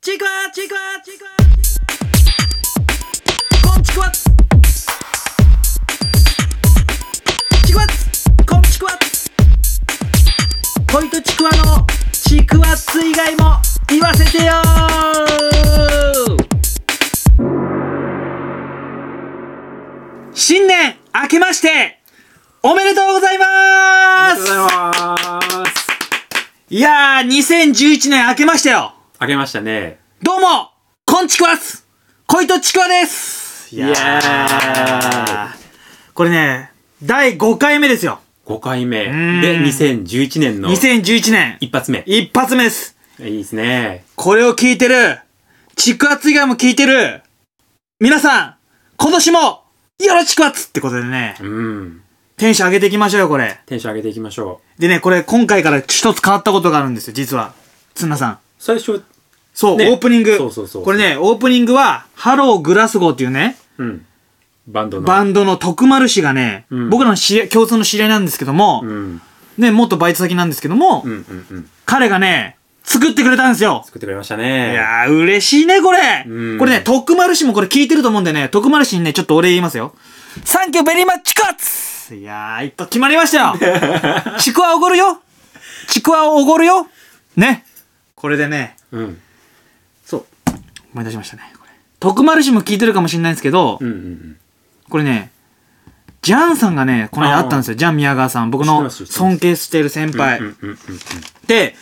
ちくわちくわちくわこんちくわちくわこんちくわ恋とちくわのちくわつ以外も言わせてよ新年明けましておめでとうございます。 ありがとうございます。 いやー、2011年明けましたよ。 あげましたね。 どうも、こんちくわっす。恋とちくわです。 いやー。 これね、第5回目ですよ。 5回目。で、2011年の。 2011年。 一発目。 一発目です。 いいですね。 これを聞いてる、ちくわつ以外も聞いてる、皆さん、今年も、よろしくわっつってことでね。テンション上げていきましょうよ、これ。 テンション上げていきましょでね、これ今回から一つ変わったことがあるんですよ、実は。つんなさん。 最初、 そう、 ね、 オープニング。 そう。 これね、オープニングは、ハローグラスゴーっていうね、 バンドの徳丸氏がね、僕らの共通の知り合いなんですけども、ね、元バイト先なんですけども、彼がね、作ってくれたんですよ。 作ってくれましたね。 いやー、嬉しいね、これ。これね、徳丸氏もこれ聞いてると思うんでね、徳丸氏にね、ちょっとお礼言いますよ。サンキューベリーマッチカッツ。いやー、一発決まりましたよ。ちくわおごるよ。ちくわをおごるよ。ね。これでね、そう、思い出しましたね。これ徳丸氏も聞いてるかもしれないんですけど、これね、ジャンさんがね、この間あったんですよ。ジャン宮川さん。僕の尊敬している先輩。で、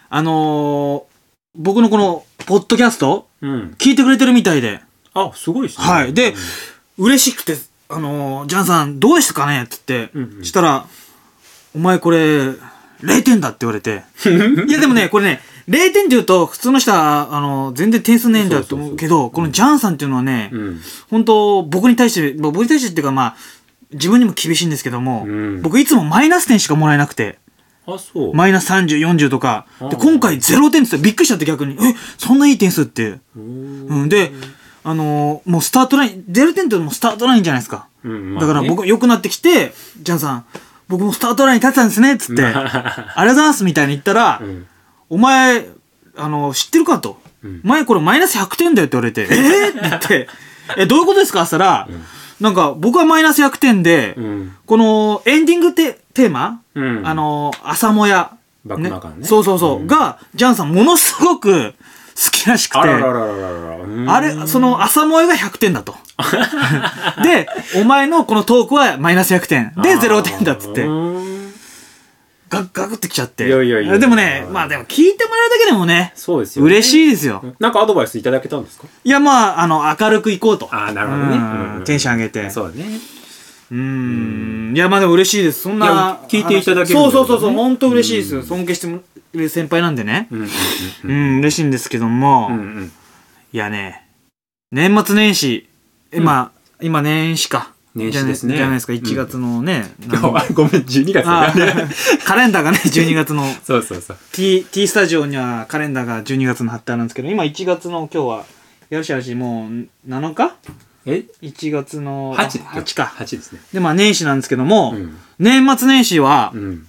僕のこの、ポッドキャスト、聞いてくれてるみたいで。 あ、すごいですね。 はい。で、嬉しくて、ジャンさん、どうですかねって言って、したら、お前これ、0点だって言われて。いやでもね、これね、0点って言うと、普通の人は、全然点数ねえんだと思うけど、このジャンさんっていうのはね、本当僕に対してっていうかまあ、自分にも厳しいんですけども、僕いつもマイナス点しかもらえなくて。 あ、そう。 マイナス30、40とか。で、今回0点って言ってびっくりしちゃって逆に、そんないい点数って。で、もうスタートライン、0点ってもうスタートラインじゃないですか。だから僕良くなってきて、ジャンさん、僕もスタートラインに立ってたんですね、つって、ありがとうございますみたいに言ったら、お前、知ってるかと。前これマイナス100点だよって言われて、って言って、どういうことですかって言ったら、なんか僕はマイナス100点で、このエンディングテーマ、朝もや、 バックマカーね。 そうが、ジャンさんものすごく好きらしくて、あれ、その朝もやが100点だと。で、お前のこのトークはマイナス100点。で、0点だっつって。ガクってきちゃって。でもね、まあでも聞いてもらうだけでもね、 そうですよ。 嬉しいですよ。 なんかアドバイスいただけたんですか？ いや、まあ、明るくいこうと。 ああ、なるほどね。 テンション上げて。 そうだね。 いや、まあでも嬉しいです。そんな。 聞いていただける。 そう、本当嬉しいですよ。尊敬してもらる先輩なんでね。嬉しいんですけども。いやね、年末年始、今年始か。 年始ですね。 じゃないですか、1月のね。 ごめん、12月だね。 カレンダーがね、12月の。 そう。 T スタジオにはカレンダーが12月の貼ってあるんですけど、今1月の今日は、よし、もう7日？1月の8か。 8ですね。 で、まあ年始なんですけども、年末年始は、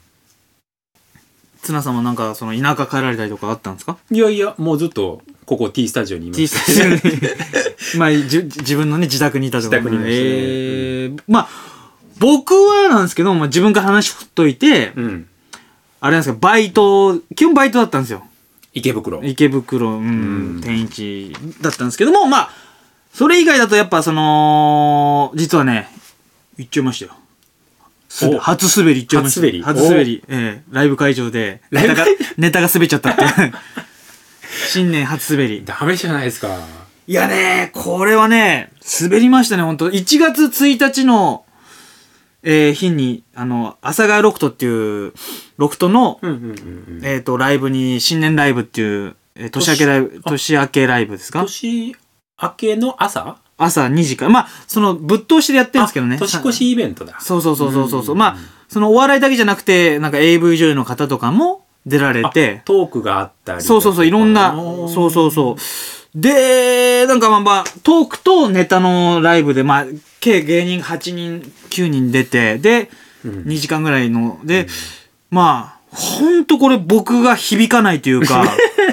ツナさんはなんかその田舎帰られたりとかあったんですか？ いや、もうずっと、ここ T スタジオにいます。 T スタジオに。まあ、自分のね、自宅にいたとか。 自宅にいましたね。 まあ、僕はなんですけど、まあ自分から話振っといて、あれなんですか、基本バイトだったんですよ。 池袋、 天一だったんですけども、まあ、それ以外だとやっぱ実はね、行っちゃいましたよ。初滑り行っちゃいました。初滑り。ライブ会場で、ネタが滑っちゃったって。新年初滑り。 ダメじゃないですか。 いやね、これはね、滑りましたね、本当1月1日の、日に、阿佐ヶ谷ロフトっていう、ロフトの、ライブに、新年ライブっていう、年明けライブですか？ 年明けの朝 2時から。まあ、ぶっ通しでやってるんですけどね。 年越しイベントだ。 そう。まあ、お笑いだけじゃなくて、なんか AV 女優の方とかも出られて。 トークがあったり。 そう、いろんな、そう。で、なんかまあ、トークとネタのライブで、まあ、計芸人8人、9人出て、で、2時間ぐらいの、で、まあ、ほんとこれ僕が響かないというか、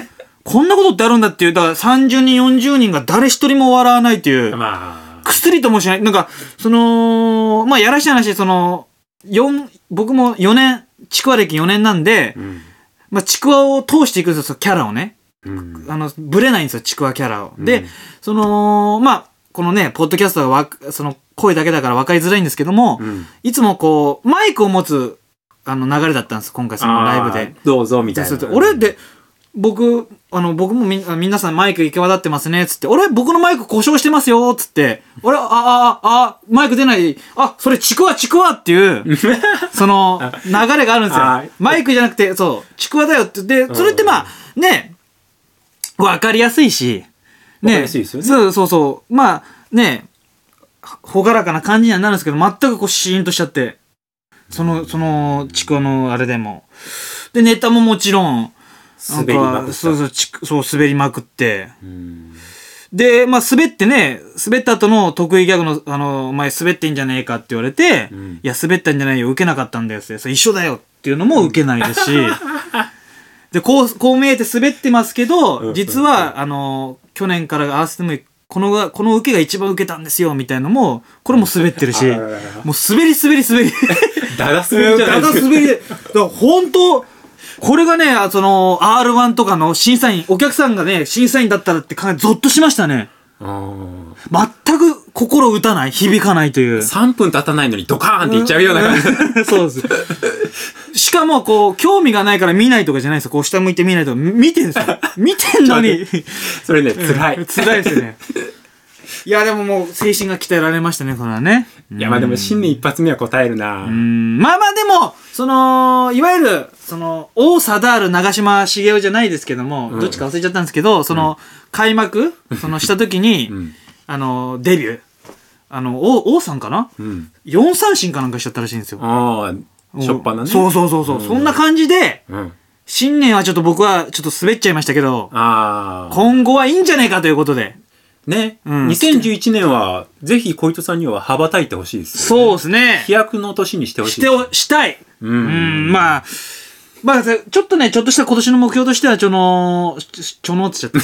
こんなことってあるんだっていう、だから30人、40人が誰一人も笑わないっていう。 まあ。 薬ともしない。なんか、まあ、やらしい話、僕も4年、ちくわ歴4年なんで、まあ、ちくわを通していくんですよ、キャラをね。ぶれないんですよ、ちくわキャラを。で、まあ、このね、ポッドキャストが声だけだから分かりづらいんですけども、いつもこう、マイクを持つ、流れだったんです、今回そのライブで。 どうぞ、みたいな。 俺で、僕も皆さんマイク行き渡ってますね、つって、僕のマイク故障してますよ、つって、マイク出ない、それちくわっていう、その、流れがあるんですよ。マイクじゃなくて、そう、ちくわだよって言って、それってまあ、ね、わかりやすいし、ね。わかりやすいですよね。そう。まあ、ね、ほがらかな感じにはなるんですけど、全くこうシーンとしちゃって、その、ちくわのあれでも。で、ネタももちろん、 滑りまくった。 そう、滑りまくって。で、まあ、滑った後の得意ギャグの、お前滑ってんじゃねえかって言われて、いや、滑ったんじゃないよ、受けなかったんだよって、それ一緒だよっていうのも受けないですし、で、こう見えて滑ってますけど、実は、去年から合わせてもこの受けが一番受けたんですよ、みたいなのも、これも滑ってるし、もう滑り。 だだ滑りじゃないですか。 だだ滑りで。だから本当、これがね、R1 とかの審査員、お客さんがね、審査員だったらってゾッとしましたね。全く心打たない、響かないという。 3分経たないのにドカーンっていっちゃうような感じ。 そうです。しかも、こう、興味がないから見ないとかじゃないですよ。こう、下向いて見ないとか、見てんですよ。見てんのに。 それね、辛い。 辛いですね。いや、でももう、精神が鍛えられましたね、これはね。 いや、まあでも、新年一発目は答えるな。 まあでも、いわゆる、王貞治長嶋茂雄じゃないですけども、どっちか忘れちゃったんですけど、開幕、した時に、デビュー。王さんかな ?4 三振かなんかしちゃったらしいんですよ。 しょっぱなね。 そう。そんな感じで、新年はちょっと僕はちょっと滑っちゃいましたけど、今後はいいんじゃないかということで。 ね。2011年は、ぜひ小糸さんには羽ばたいてほしいです。 そうですね。 飛躍の年にしてほしい。 したい。まあ、ちょっとした今年の目標としては、って言っちゃった。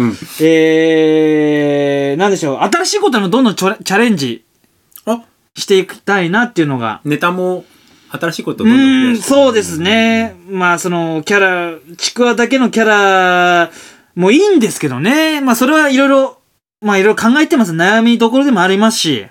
なんでしょう、新しいことにもどんどんチャレンジしていきたいなっていうのが。 ネタも、新しいことをどんどん増やして。 そうですね。まあ、キャラ、ちくわだけのキャラもいいんですけどね。まあ、それはいろいろ考えてます。悩みどころでもありますし。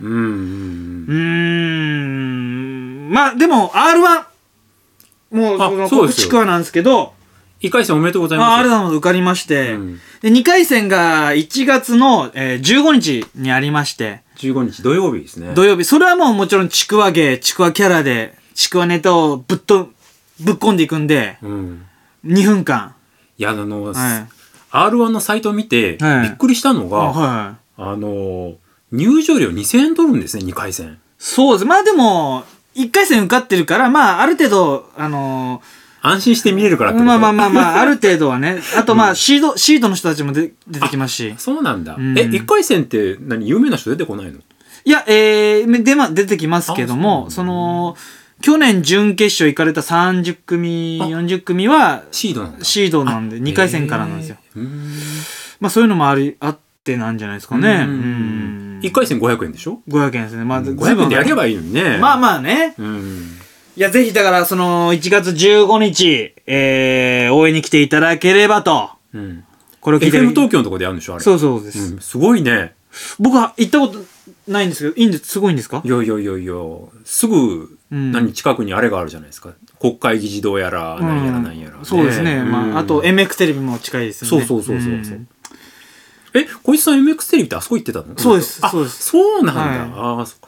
まあ、でも、R1。もう、そうちくわなんですけど。 1回戦おめでとうございます。 ありがとうございます。受かりまして。で、2回戦が1月の15日にありまして。 15日土曜日ですね。 土曜日。それはもうもちろんちくわ芸、ちくわキャラで、ちくわネタをぶっ込んでいくんで、2分間。 いや、R1 のサイトを見て、びっくりしたのが、入場料2000円取るんですね、2回戦。 そうです。まあでも、1回戦受かってるから、まあ、ある程度、 安心して見れるからってこと。 まあ、ある程度はね。あと、まあ、シードの人たちも出てきますし。 そうなんだ。1回戦って有名な人出てこないの？ いや、出てきますけども、去年準決勝行かれた30組、40組は、 シードなんだ。 シードなんで、2回戦からなんですよ。まあ、そういうのもあってなんじゃないですかね。 1回戦500円でしょ？ 500 円ですね。まあ、 500円でやればいいのにね。 まあね。いや、ぜひ、だから、1月15日、応援に来ていただければと。 これを聞いてる。FM 東京のとこでやるんでしょあれ。 そうです。 すごいね。 僕は行ったことないんですけど、すごいんですか？ いや、すぐ、近くにあれがあるじゃないですか。国会議事堂やら、なんやら。 そうですね。まあ、あと、MX テレビも近いですよね。 そう。小石さん MX テレビってあそこ行ってたの？ そうです。 そうなんだ。そっか。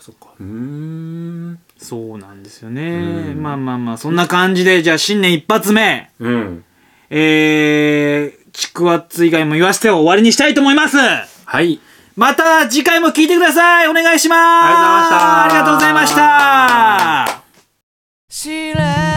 そうなんですよね。まあ、そんな感じで、じゃあ新年一発目。ちくわっつ以外も言わせて終わりにしたいと思います。 はい。 また次回も聞いてください。お願いします。 ありがとうございました。 ありがとうございました。